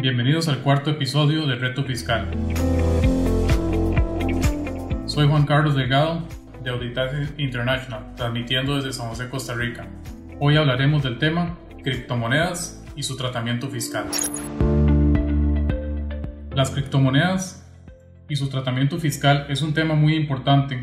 Bienvenidos al cuarto episodio de Reto Fiscal. Soy Juan Carlos Delgado de Auditaje International, transmitiendo desde San José, Costa Rica. Hoy hablaremos del tema criptomonedas y su tratamiento fiscal. Las criptomonedas y su tratamiento fiscal es un tema muy importante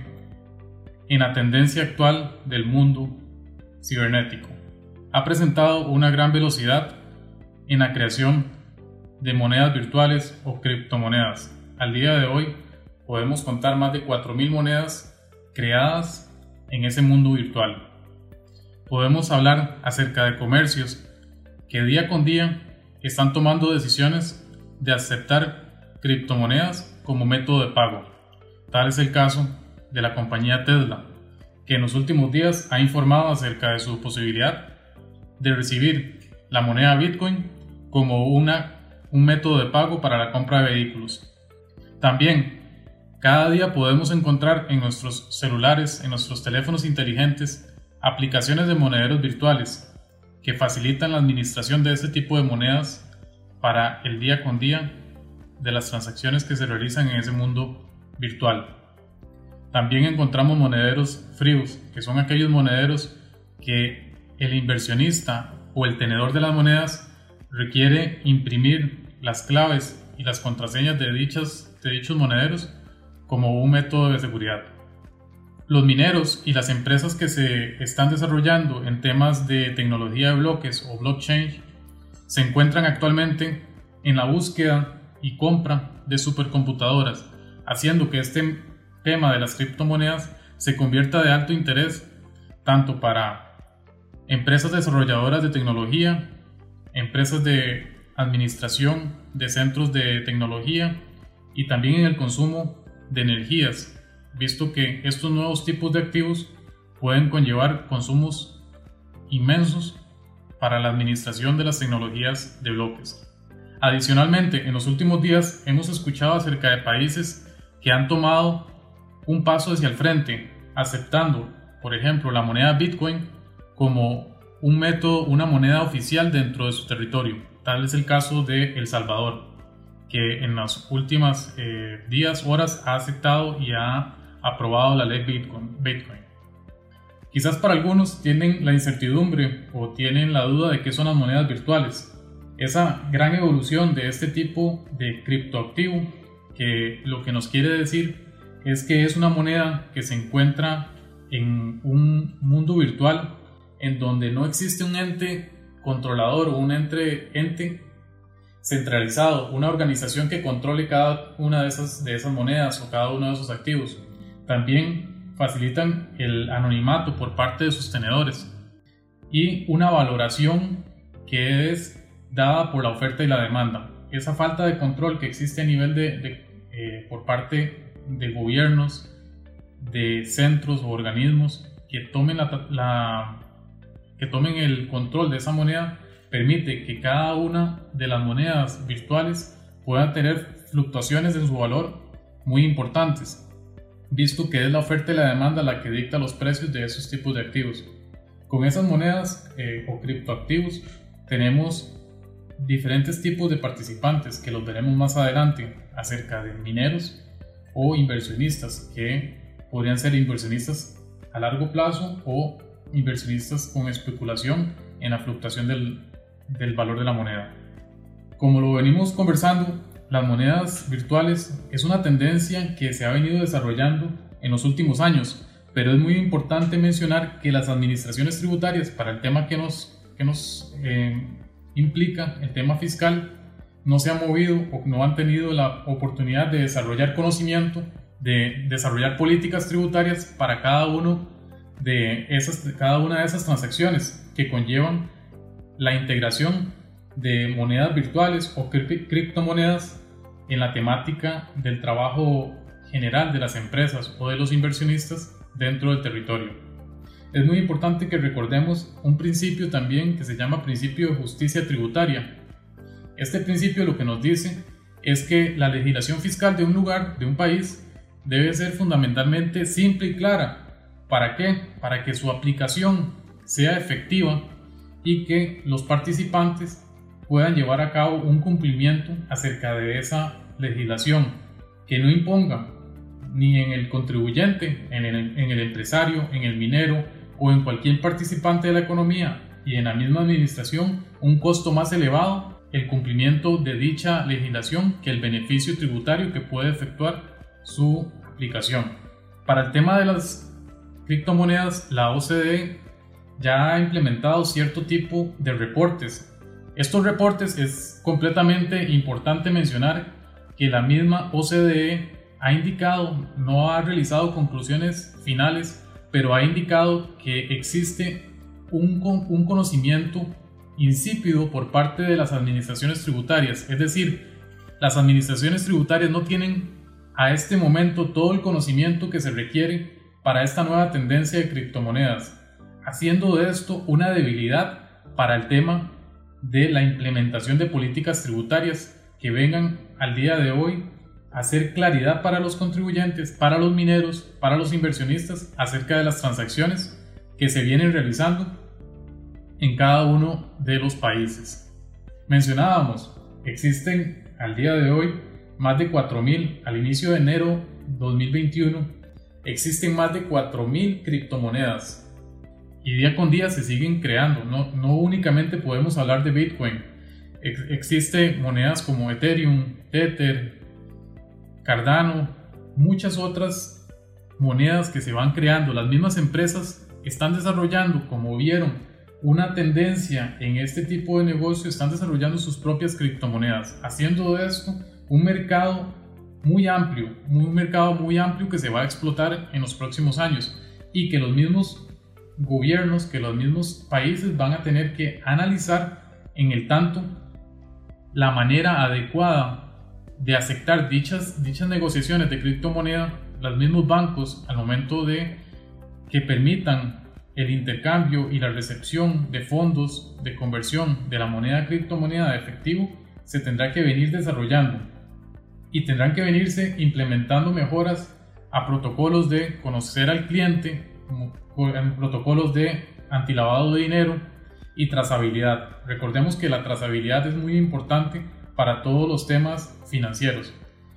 en la tendencia actual del mundo cibernético. Ha presentado una gran velocidad en la creación de monedas virtuales o criptomonedas. Al día de hoy podemos contar más de 4.000 monedas creadas en ese mundo virtual. Podemos hablar acerca de comercios que día con día están tomando decisiones de aceptar criptomonedas como método de pago. Tal es el caso de la compañía Tesla, que en los últimos días ha informado acerca de su posibilidad de recibir la moneda Bitcoin como un método de pago para la compra de vehículos. También, cada día podemos encontrar en nuestros celulares, en nuestros teléfonos inteligentes, aplicaciones de monederos virtuales que facilitan la administración de este tipo de monedas para el día con día de las transacciones que se realizan en ese mundo virtual. También encontramos monederos fríos, que son aquellos monederos que el inversionista o el tenedor de las monedas requiere imprimir las claves y las contraseñas de dichos monederos como un método de seguridad. Los mineros y las empresas que se están desarrollando en temas de tecnología de bloques o blockchain se encuentran actualmente en la búsqueda y compra de supercomputadoras, haciendo que este tema de las criptomonedas se convierta de alto interés tanto para empresas desarrolladoras de tecnología, empresas de administración de centros de tecnología y también en el consumo de energías, visto que estos nuevos tipos de activos pueden conllevar consumos inmensos para la administración de las tecnologías de bloques. Adicionalmente, en los últimos días hemos escuchado acerca de países que han tomado un paso hacia el frente, aceptando, por ejemplo, la moneda Bitcoin como un método, una moneda oficial dentro de su territorio. Tal es el caso de El Salvador, que en las últimas horas ha aceptado y ha aprobado la ley Bitcoin. Quizás para algunos tienen la incertidumbre o tienen la duda de qué son las monedas virtuales. Esa gran evolución de este tipo de criptoactivo, que lo que nos quiere decir es que es una moneda que se encuentra en un mundo virtual en donde no existe un ente controlador o un ente centralizado, una organización que controle cada una de esas monedas o cada uno de esos activos. También facilitan el anonimato por parte de sus tenedores y una valoración que es dada por la oferta y la demanda. Esa falta de control que existe a nivel por parte de gobiernos, de centros o organismos que tomen el control de esa moneda, permite que cada una de las monedas virtuales pueda tener fluctuaciones en su valor muy importantes, visto que es la oferta y la demanda la que dicta los precios de esos tipos de activos. Con esas monedas o criptoactivos tenemos diferentes tipos de participantes que los veremos más adelante, acerca de mineros o inversionistas, que podrían ser inversionistas a largo plazo o inversionistas con especulación en la fluctuación del valor de la moneda. Como lo venimos conversando, las monedas virtuales es una tendencia que se ha venido desarrollando en los últimos años, pero es muy importante mencionar que las administraciones tributarias, para el tema que nos implica, el tema fiscal, no se han movido o no han tenido la oportunidad de desarrollar conocimiento, de desarrollar políticas tributarias para cada una de esas transacciones que conllevan la integración de monedas virtuales o criptomonedas en la temática del trabajo general de las empresas o de los inversionistas dentro del territorio. Es muy importante que recordemos un principio también que se llama principio de justicia tributaria. Este principio lo que nos dice es que la legislación fiscal de un lugar, de un país, debe ser fundamentalmente simple y clara. ¿Para qué? Para que su aplicación sea efectiva y que los participantes puedan llevar a cabo un cumplimiento acerca de esa legislación, que no imponga ni en el contribuyente, en el empresario, en el minero o en cualquier participante de la economía y en la misma administración un costo más elevado el cumplimiento de dicha legislación que el beneficio tributario que puede efectuar su aplicación. Para el tema de las criptomonedas, la OCDE ya ha implementado cierto tipo de reportes. Estos reportes es completamente importante mencionar que la misma OCDE ha indicado, no ha realizado conclusiones finales, pero ha indicado que existe un conocimiento insípido por parte de las administraciones tributarias. Es decir, las administraciones tributarias no tienen a este momento todo el conocimiento que se requiere para esta nueva tendencia de criptomonedas, haciendo de esto una debilidad para el tema de la implementación de políticas tributarias que vengan al día de hoy a hacer claridad para los contribuyentes, para los mineros, para los inversionistas acerca de las transacciones que se vienen realizando en cada uno de los países. Mencionábamos, existen al día de hoy más de 4.000, al inicio de enero 2021, existen más de 4.000 criptomonedas y día con día se siguen creando. No únicamente podemos hablar de Bitcoin, existen monedas como Ethereum, Tether, Cardano, muchas otras monedas que se van creando. Las mismas empresas están desarrollando, como vieron, una tendencia en este tipo de negocio, están desarrollando sus propias criptomonedas, haciendo de esto un mercado muy amplio que se va a explotar en los próximos años y que los mismos gobiernos, que los mismos países van a tener que analizar en el tanto la manera adecuada de aceptar dichas negociaciones de criptomoneda. Los mismos bancos, al momento de que permitan el intercambio y la recepción de fondos de conversión de la moneda criptomoneda de efectivo, se tendrá que venir desarrollando y tendrán que venirse implementando mejoras a protocolos de conocer al cliente, protocolos de antilavado de dinero y trazabilidad. Recordemos que la trazabilidad es muy importante para todos los temas financieros.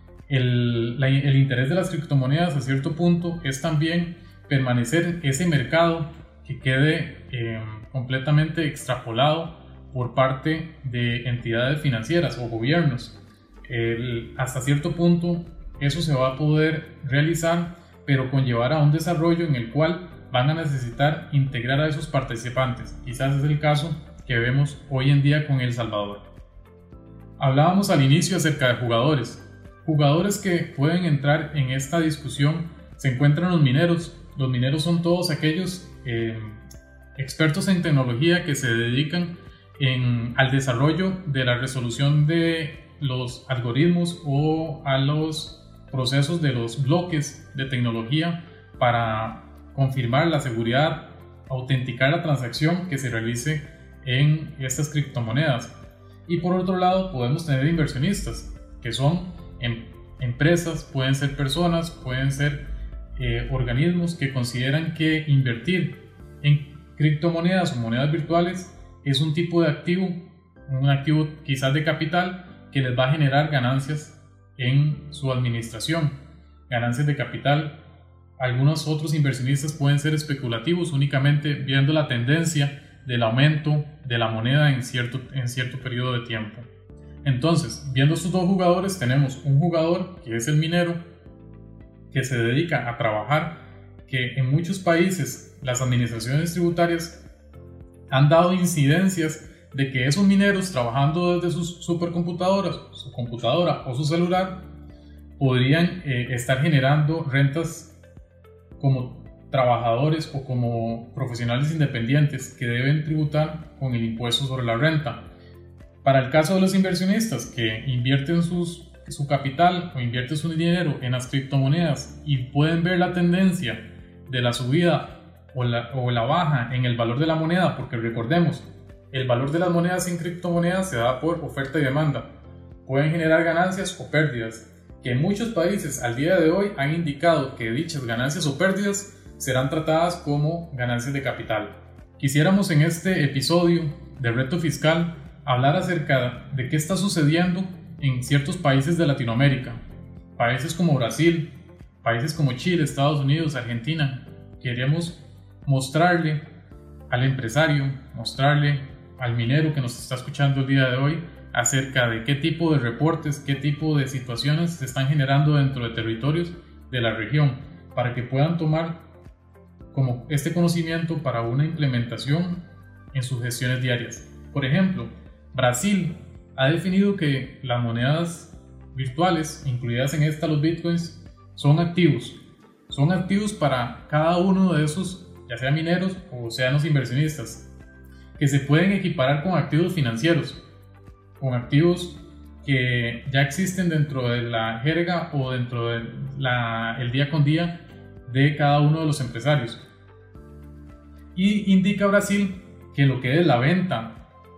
El interés de las criptomonedas a cierto punto es también permanecer ese mercado que quede completamente extrapolado por parte de entidades financieras o gobiernos. Hasta cierto punto eso se va a poder realizar, pero conllevar a un desarrollo en el cual van a necesitar integrar a esos participantes. Quizás es el caso que vemos hoy en día con El Salvador. Hablábamos al inicio acerca de jugadores que pueden entrar en esta discusión. Se encuentran los mineros. Los mineros son todos aquellos expertos en tecnología que se dedican al desarrollo de la resolución de los algoritmos o a los procesos de los bloques de tecnología para confirmar la seguridad, autenticar la transacción que se realice en estas criptomonedas. Y por otro lado podemos tener inversionistas que son empresas, pueden ser personas, pueden ser organismos que consideran que invertir en criptomonedas o monedas virtuales es un tipo de activo, un activo quizás de capital que les va a generar ganancias en su administración, ganancias de capital. Algunos otros inversionistas pueden ser especulativos, únicamente viendo la tendencia del aumento de la moneda en cierto periodo de tiempo. Entonces, viendo estos dos jugadores, tenemos un jugador que es el minero, que se dedica a trabajar, que en muchos países las administraciones tributarias han dado incidencias de que esos mineros, trabajando desde sus supercomputadoras, su computadora o su celular, podrían estar generando rentas como trabajadores o como profesionales independientes que deben tributar con el impuesto sobre la renta. Para el caso de los inversionistas que invierten su capital o invierten su dinero en las criptomonedas y pueden ver la tendencia de la subida o la baja en el valor de la moneda, porque recordemos, el valor de las monedas en criptomonedas se da por oferta y demanda. Pueden generar ganancias o pérdidas, que en muchos países al día de hoy han indicado que dichas ganancias o pérdidas serán tratadas como ganancias de capital. Quisiéramos en este episodio de Reto Fiscal hablar acerca de qué está sucediendo en ciertos países de Latinoamérica, países como Brasil, países como Chile, Estados Unidos, Argentina. Queremos mostrarle al empresario, mostrarle al minero que nos está escuchando el día de hoy acerca de qué tipo de reportes, qué tipo de situaciones se están generando dentro de territorios de la región, para que puedan tomar como este conocimiento para una implementación en sus gestiones diarias. Por ejemplo, Brasil ha definido que las monedas virtuales, incluidas en esta los bitcoins, son activos para cada uno de esos, ya sea mineros o sean los inversionistas, que se pueden equiparar con activos financieros, con activos que ya existen dentro de la jerga o dentro del día con día de cada uno de los empresarios. Y indica Brasil que lo que es la venta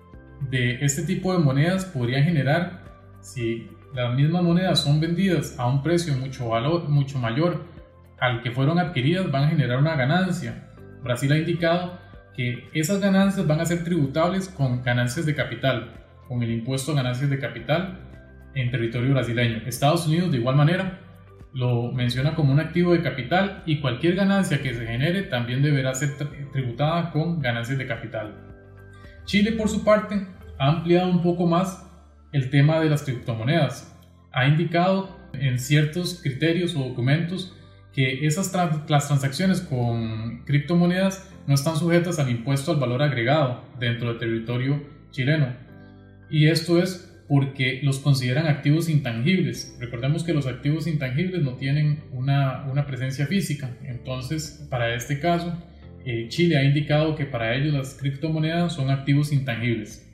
de este tipo de monedas podría generar, si las mismas monedas son vendidas a un precio mucho mayor al que fueron adquiridas, van a generar una ganancia. Brasil ha indicado que esas ganancias van a ser tributables con ganancias de capital, con el impuesto a ganancias de capital en territorio brasileño. Estados Unidos de igual manera lo menciona como un activo de capital, y cualquier ganancia que se genere también deberá ser tributada con ganancias de capital. Chile, por su parte, ha ampliado un poco más el tema de las criptomonedas. Ha indicado en ciertos criterios o documentos que las transacciones con criptomonedas no están sujetas al impuesto al valor agregado dentro del territorio chileno. Y esto es porque los consideran activos intangibles. Recordemos que los activos intangibles no tienen una presencia física. Entonces, para este caso, Chile ha indicado que para ellos las criptomonedas son activos intangibles.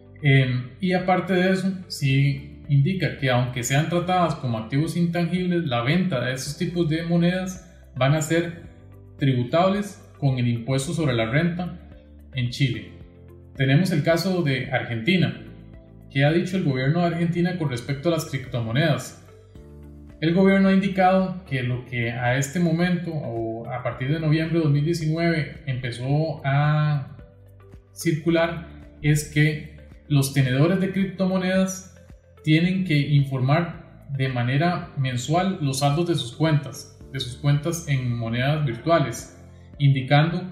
Y aparte de eso, sí indica que aunque sean tratadas como activos intangibles, la venta de esos tipos de monedas van a ser tributables con el impuesto sobre la renta en Chile. Tenemos el caso de Argentina. ¿Qué ha dicho el gobierno de Argentina con respecto a las criptomonedas? El gobierno ha indicado que lo que a este momento, o a partir de noviembre de 2019, empezó a circular, es que los tenedores de criptomonedas tienen que informar de manera mensual los saldos de sus cuentas en monedas virtuales, indicando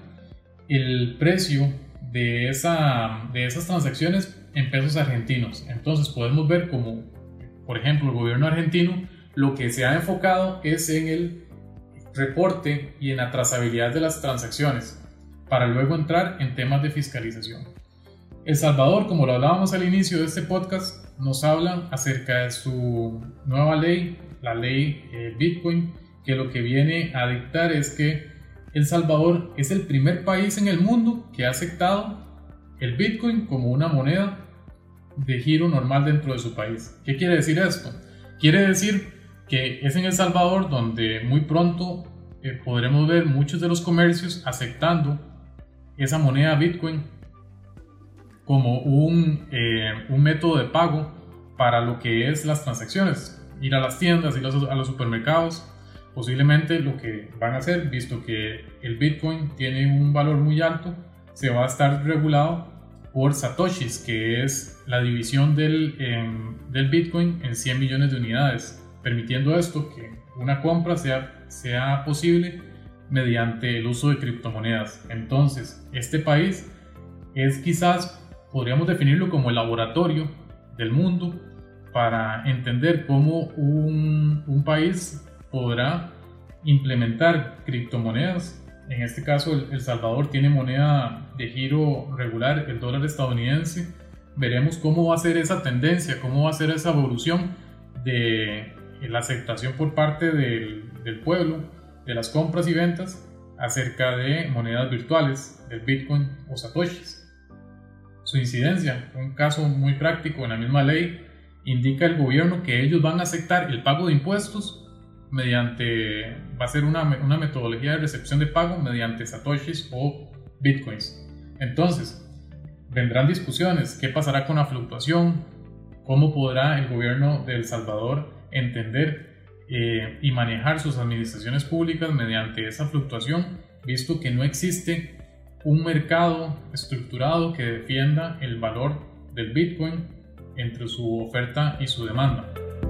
el precio de esas transacciones en pesos argentinos. Entonces podemos ver como, por ejemplo, el gobierno argentino lo que se ha enfocado es en el reporte y en la trazabilidad de las transacciones, para luego entrar en temas de fiscalización. El Salvador, como lo hablábamos al inicio de este podcast, nos habla acerca de su nueva ley, la ley Bitcoin, que lo que viene a dictar es que El Salvador es el primer país en el mundo que ha aceptado el Bitcoin como una moneda de giro normal dentro de su país. ¿Qué quiere decir esto? Quiere decir que es en El Salvador donde muy pronto podremos ver muchos de los comercios aceptando esa moneda Bitcoin como un método de pago para lo que es las transacciones, ir a las tiendas, ir a los supermercados. Posiblemente lo que van a hacer, visto que el Bitcoin tiene un valor muy alto, se va a estar regulado por satoshis, que es la división del Bitcoin en 100 millones de unidades, permitiendo esto que una compra sea posible mediante el uso de criptomonedas. Entonces, este país es quizás, podríamos definirlo como el laboratorio del mundo para entender cómo un país podrá implementar criptomonedas. En este caso, El Salvador tiene moneda de giro regular, el dólar estadounidense. Veremos cómo va a ser esa tendencia, cómo va a ser esa evolución de la aceptación por parte del pueblo, de las compras y ventas acerca de monedas virtuales, del Bitcoin o satoshis. Su incidencia, un caso muy práctico en la misma ley, indica el gobierno que ellos van a aceptar el pago de impuestos va a ser una metodología de recepción de pago mediante satoshis o bitcoins. Entonces, vendrán discusiones, ¿qué pasará con la fluctuación? ¿Cómo podrá el gobierno de El Salvador entender y manejar sus administraciones públicas mediante esa fluctuación, visto que no existe un mercado estructurado que defienda el valor del Bitcoin entre su oferta y su demanda.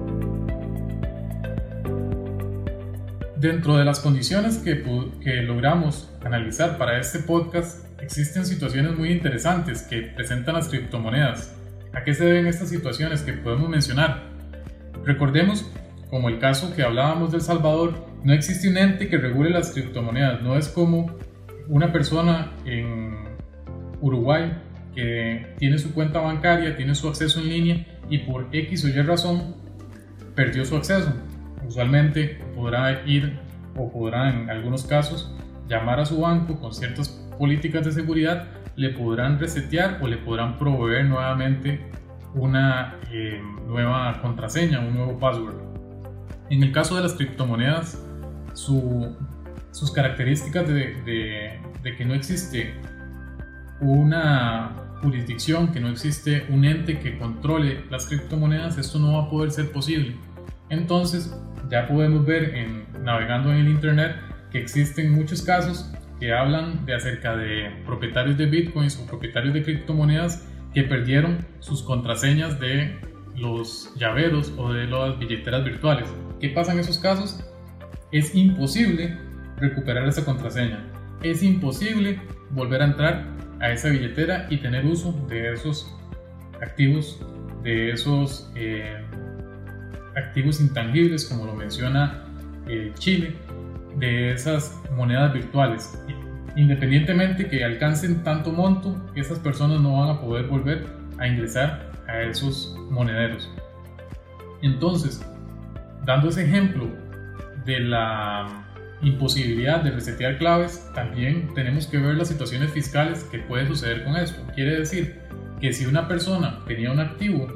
Dentro de las condiciones que logramos analizar para este podcast, existen situaciones muy interesantes que presentan las criptomonedas. ¿A qué se deben estas situaciones que podemos mencionar? Recordemos, como el caso que hablábamos de El Salvador, no existe un ente que regule las criptomonedas. No es como una persona en Uruguay que tiene su cuenta bancaria, tiene su acceso en línea y por X o Y razón perdió su acceso. Usualmente podrá ir o podrá en algunos casos llamar a su banco con ciertas políticas de seguridad, le podrán resetear o le podrán proveer nuevamente una nueva contraseña, un nuevo password. En el caso de las criptomonedas, sus características de que no existe una jurisdicción, que no existe un ente que controle las criptomonedas, esto no va a poder ser posible. Entonces ya podemos ver navegando en el internet que existen muchos casos que hablan de acerca de propietarios de bitcoins o propietarios de criptomonedas que perdieron sus contraseñas de los llaveros o de las billeteras virtuales. ¿Qué pasa en esos casos? Es imposible recuperar esa contraseña. Es imposible volver a entrar a esa billetera y tener uso de esos activos, de esos activos intangibles, como lo menciona Chile, de esas monedas virtuales. Independientemente que alcancen tanto monto, esas personas no van a poder volver a ingresar a esos monederos. Entonces, dando ese ejemplo de la imposibilidad de resetear claves, también tenemos que ver las situaciones fiscales que pueden suceder con esto. Quiere decir que si una persona tenía un activo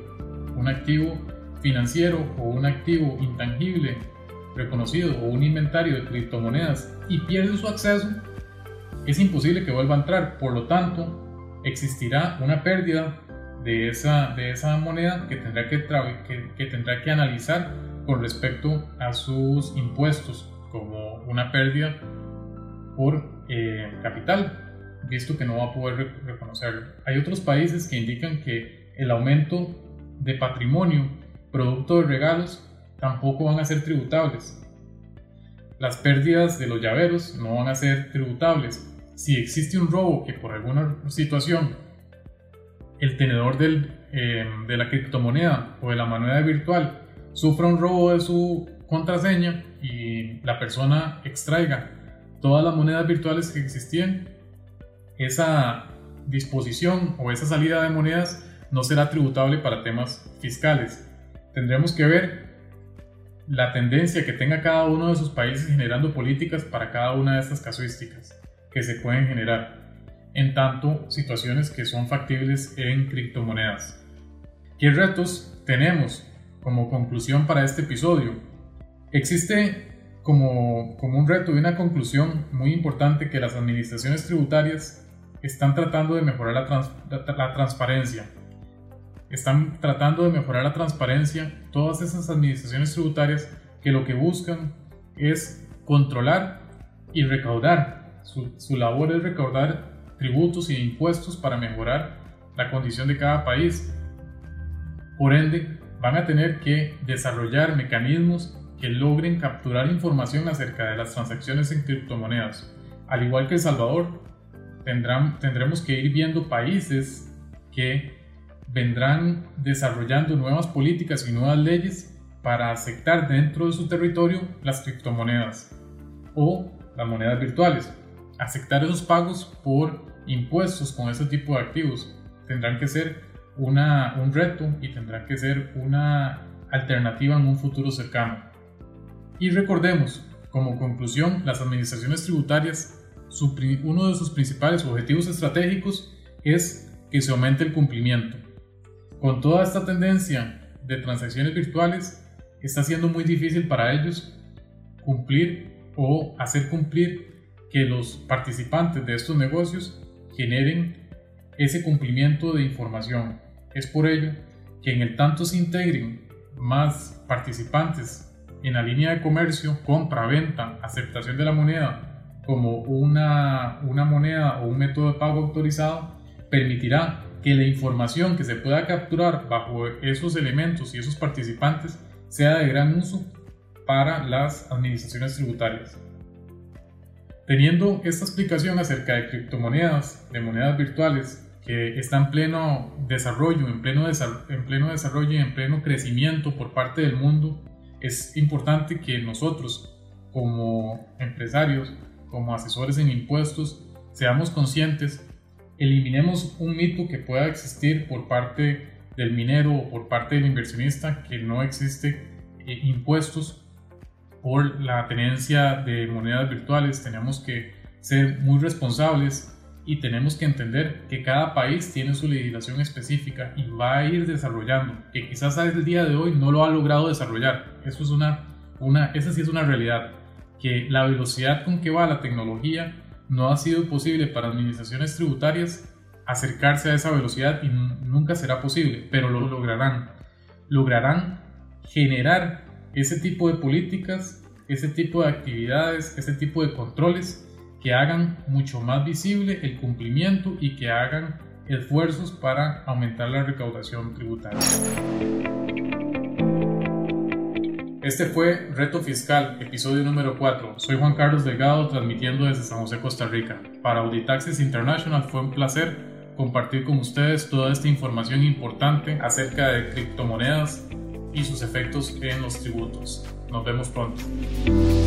financiero o un activo intangible reconocido o un inventario de criptomonedas y pierde su acceso, es imposible que vuelva a entrar. Por lo tanto, existirá una pérdida de esa moneda que tendrá que analizar con respecto a sus impuestos, como una pérdida por capital, visto que no va a poder reconocerlo. Hay otros países que indican que el aumento de patrimonio producto de regalos tampoco van a ser tributables. Las pérdidas de los llaveros no van a ser tributables. Si existe un robo que por alguna situación el tenedor de la criptomoneda o de la moneda virtual sufra un robo de su contraseña y la persona extraiga todas las monedas virtuales que existían, esa disposición o esa salida de monedas no será tributable para temas fiscales. Tendremos que ver la tendencia que tenga cada uno de esos países generando políticas para cada una de estas casuísticas que se pueden generar, en tanto situaciones que son factibles en criptomonedas. ¿Qué retos tenemos como conclusión para este episodio? Existe como un reto y una conclusión muy importante que las administraciones tributarias están tratando de mejorar la transparencia. Están tratando de mejorar la transparencia todas esas administraciones tributarias que lo que buscan es controlar y recaudar. Su labor es recaudar tributos e impuestos para mejorar la condición de cada país. Por ende, van a tener que desarrollar mecanismos que logren capturar información acerca de las transacciones en criptomonedas. Al igual que El Salvador, tendremos que ir viendo países que vendrán desarrollando nuevas políticas y nuevas leyes para aceptar dentro de su territorio las criptomonedas o las monedas virtuales. Aceptar esos pagos por impuestos con ese tipo de activos tendrán que ser un reto y tendrá que ser una alternativa en un futuro cercano. Y recordemos, como conclusión, las administraciones tributarias, uno de sus principales objetivos estratégicos es que se aumente el cumplimiento. Con toda esta tendencia de transacciones virtuales, está siendo muy difícil para ellos cumplir o hacer cumplir que los participantes de estos negocios generen ese cumplimiento de información. Es por ello que en el tanto se integren más participantes en la línea de comercio, compra, venta, aceptación de la moneda como una moneda o un método de pago autorizado, permitirá que la información que se pueda capturar bajo esos elementos y esos participantes sea de gran uso para las administraciones tributarias. Teniendo esta explicación acerca de criptomonedas, de monedas virtuales, que está en pleno desarrollo, en pleno desarrollo y en pleno crecimiento por parte del mundo, es importante que nosotros, como empresarios, como asesores en impuestos, seamos conscientes, eliminemos un mito que pueda existir por parte del minero o por parte del inversionista, que no existe impuestos por la tenencia de monedas virtuales. Tenemos que ser muy responsables y tenemos que entender que cada país tiene su legislación específica y va a ir desarrollando, que quizás hasta el día de hoy no lo ha logrado desarrollar. Eso es esa sí es una realidad, que la velocidad con que va la tecnología no ha sido posible para administraciones tributarias acercarse a esa velocidad y nunca será posible, pero lo lograrán. Lograrán generar ese tipo de políticas, ese tipo de actividades, ese tipo de controles que hagan mucho más visible el cumplimiento y que hagan esfuerzos para aumentar la recaudación tributaria. Este fue Reto Fiscal, episodio número 4. Soy Juan Carlos Delgado, transmitiendo desde San José, Costa Rica. Para Auditaxis International fue un placer compartir con ustedes toda esta información importante acerca de criptomonedas y sus efectos en los tributos. Nos vemos pronto.